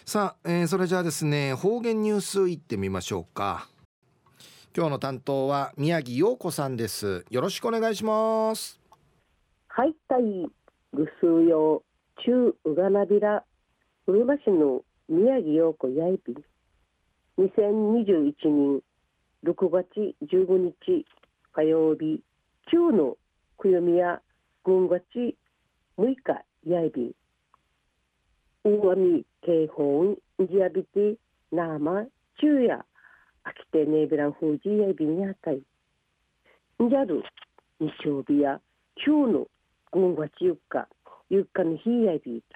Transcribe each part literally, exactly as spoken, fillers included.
さあ、えーそれじゃあですね、方言ニュースいってみましょうか。今日の担当は宮城陽子さんです。よろしくお願いします。 はい、たい、ぐすうよう、中うがなびら、うるま市の宮城陽子やいび、にせんにじゅういちねんろくがつじゅうごにち火曜日、中のくよみやぐんがちむいかやいび、大雨警報んじやびて、なま、中や、あきてねびらんふうじやいびにあたい、んじゃる、日曜日や、今日のぐんがちゆっか、ゆっかの日やいびいた。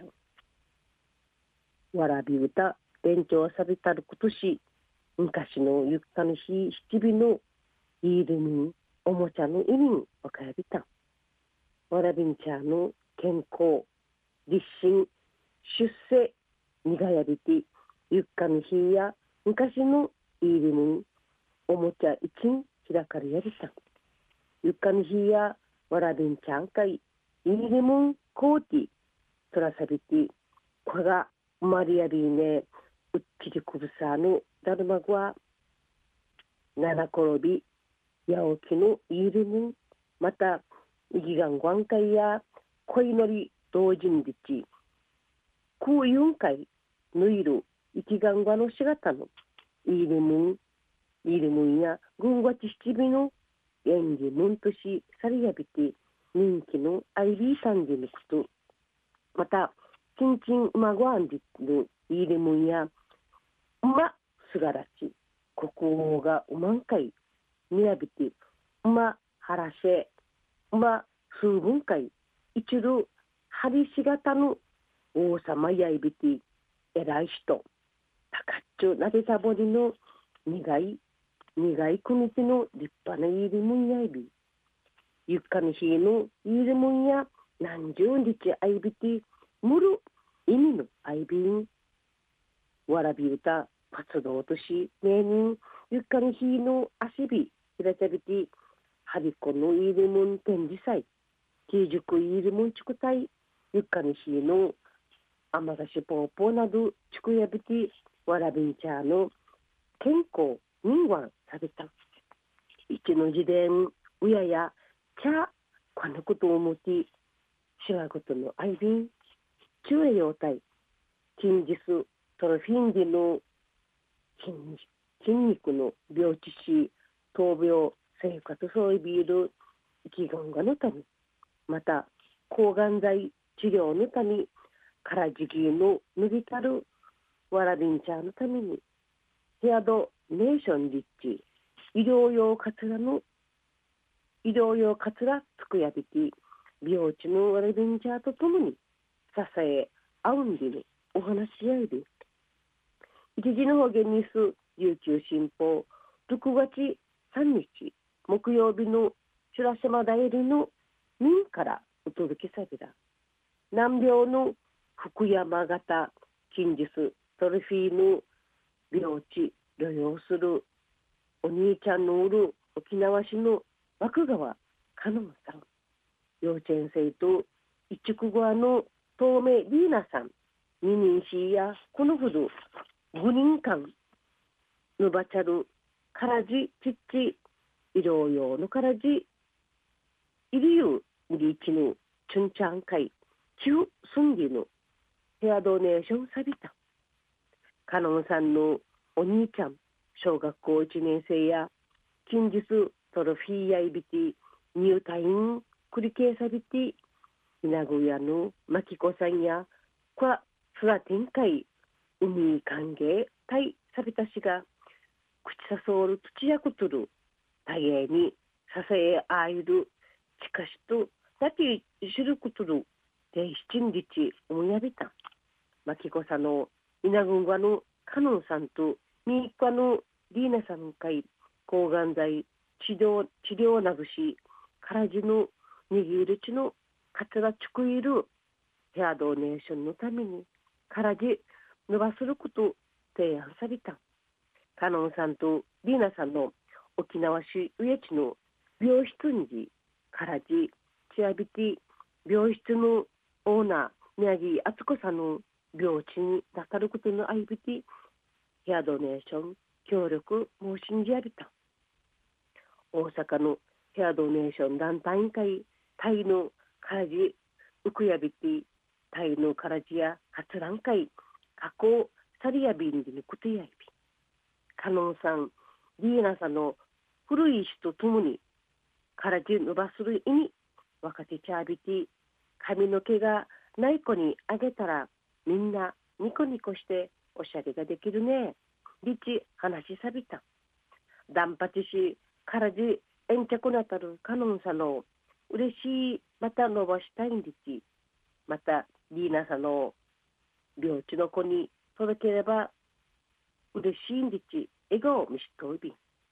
わらび歌、伝承されたる今年、昔のゆっかの日、七尾のイールミン、おもちゃの意味にわかやびた。わらびんちゃんの健康、立身、出世、にがやびて、ゆっかの日や昔のイールミン、おもちゃ一ん開かれやびた。ゆっかの日やわらびんちゃんかい、イールミンコーティ、とらさびて、こがマリアビーネうっきりくぶさぬだるまぐわ七転び八起きのイールムンまたイギガングワン会や恋のり同人リチ空ユン会ぬいるイキガングワのしがたのイールムンイールムンやぐんわち七尾の演技ムンとしさりやびて人気のアイビーさんでぬくとまたちんちんうまごわんじのイーレムンやうますがらち国王がうまんかいみやびてうまはらせうま数分会一度はりしがたの王様やいびて偉い人たかっちょなでたぼりの苦い苦い国地の立派なイーレムンやいびゆっかの日のイーレムンや何十日あいびてむる意味のアイビンわらび歌活動とし名人ゆっかの日の足びひらちゃびてはりこのイールムン展示祭九熟イールムン地区隊ゆっかの日の甘菓子ポーポーなど地区やびてわらびんちゃの健康人間さびた一の時伝うやや茶このことを思ってしわごとのアイビン中へ用体筋ジストロフィンディの筋筋肉の病気し闘病生活そういビール生きがんがのためまた抗がん剤治療のためからじきの脱ぎたるわらびんちゃんのためにヘアドネーションリッチ医療用カツラの医療用カツラつくやびて病地のわらびんちゃんとともに支え合うんでのお話し合いで一時の方言ニュース琉球新報ろくがつさんにち木曜日の白島大理の民からお届けされた難病の福山型筋ジストロフィーの病地療養するお兄ちゃんのおる沖縄市の枠川かのんさん幼稚園生と一直側の東明リーナさん二人しやこのほどごにんかんぬばちゃるからじちっち医療用のからじいるゆうりちぬチュンチャン会中すんぎのヘアドネーションさびたかのんさんのお兄ちゃん小学校いちねん生や近日トロフィーやいびて入退院繰り返さびて稲具屋のまきこさんやこわすら展開海歓迎対さびたしが口さそうる土やくとる多芸にささえあいるしかしとだけしるくとるで七日おやびたまきこさの稲ぐんがのかのんさんとみいかのリーナさんかい抗がん剤治療治療なぐしからじのにぎるちのかつらちくいるヘアドネーションのためにからじ伸ばすること提案されたカノンさんとリーナさんの沖縄市上地の病室にじからじチアビティ病室のオーナー宮城敦子さんの病地になさることのあいびてヘアドネーション協力申しんじやびた。大阪のヘアドネーション団体委員会タイのカラジウクヤビティタイのカラジや発覧会加工サリアビンディにクテヤイビカノンさんディーナさんの古い人ともにカラジ伸ばする意味若手チャービティ髪の毛がない子にあげたらみんなニコニコしておしゃれができるね。リチ話しさびた。ダンパチしからじ延着なたるカノンさの嬉しいまた伸ばしたいんでち。またリーナさの病地の子に届ければ嬉しいんでち。笑顔見しといびん。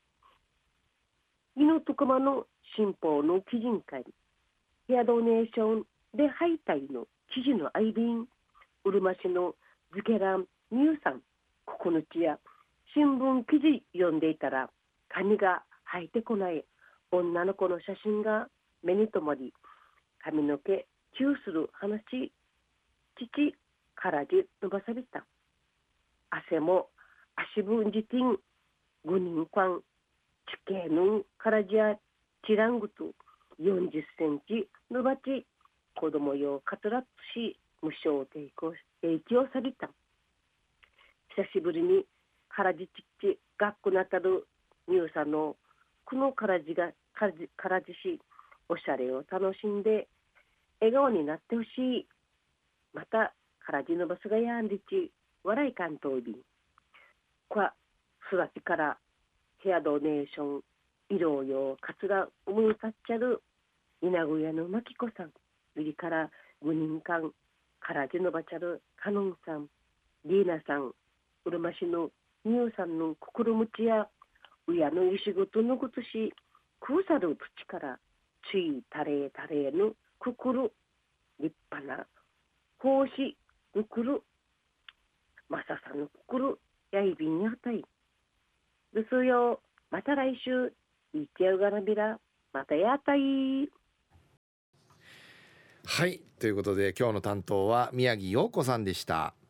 イノトクマの新報の記事会ヘアドネーションで敗退の記事のアイビンうるま市のズケランミュウさんここのちや新聞記事読んでいたら髪が生えてこない女の子の写真が目に留まり髪の毛チューする話父からじ伸ばされた汗も足分じてんぐにんかん地形のからじやチラングとよんじゅっセンチ伸ばち子供用カトラットし無償提供提供された久しぶりにからじちっち学校なたるニューサのこのからじがからじからじしおしゃれを楽しんで笑顔になってほしいまたからじのバスがやんりち笑いかんといびんこわ育ちからヘアドネーション色用かつら思いかっちゃる稲小屋のまきこさん売りからぐにんかんからじのばちゃるかのんさんリーナさんうるま市のニューさんの心持ちや親の仕事のことしくうさる土からついたれたれの心立派な奉仕ぬくるまささの心やいびんやたいるすよまた来週いちやうがなびらまたやたい。 はい、ということで今日の担当は宮城陽子さんでした。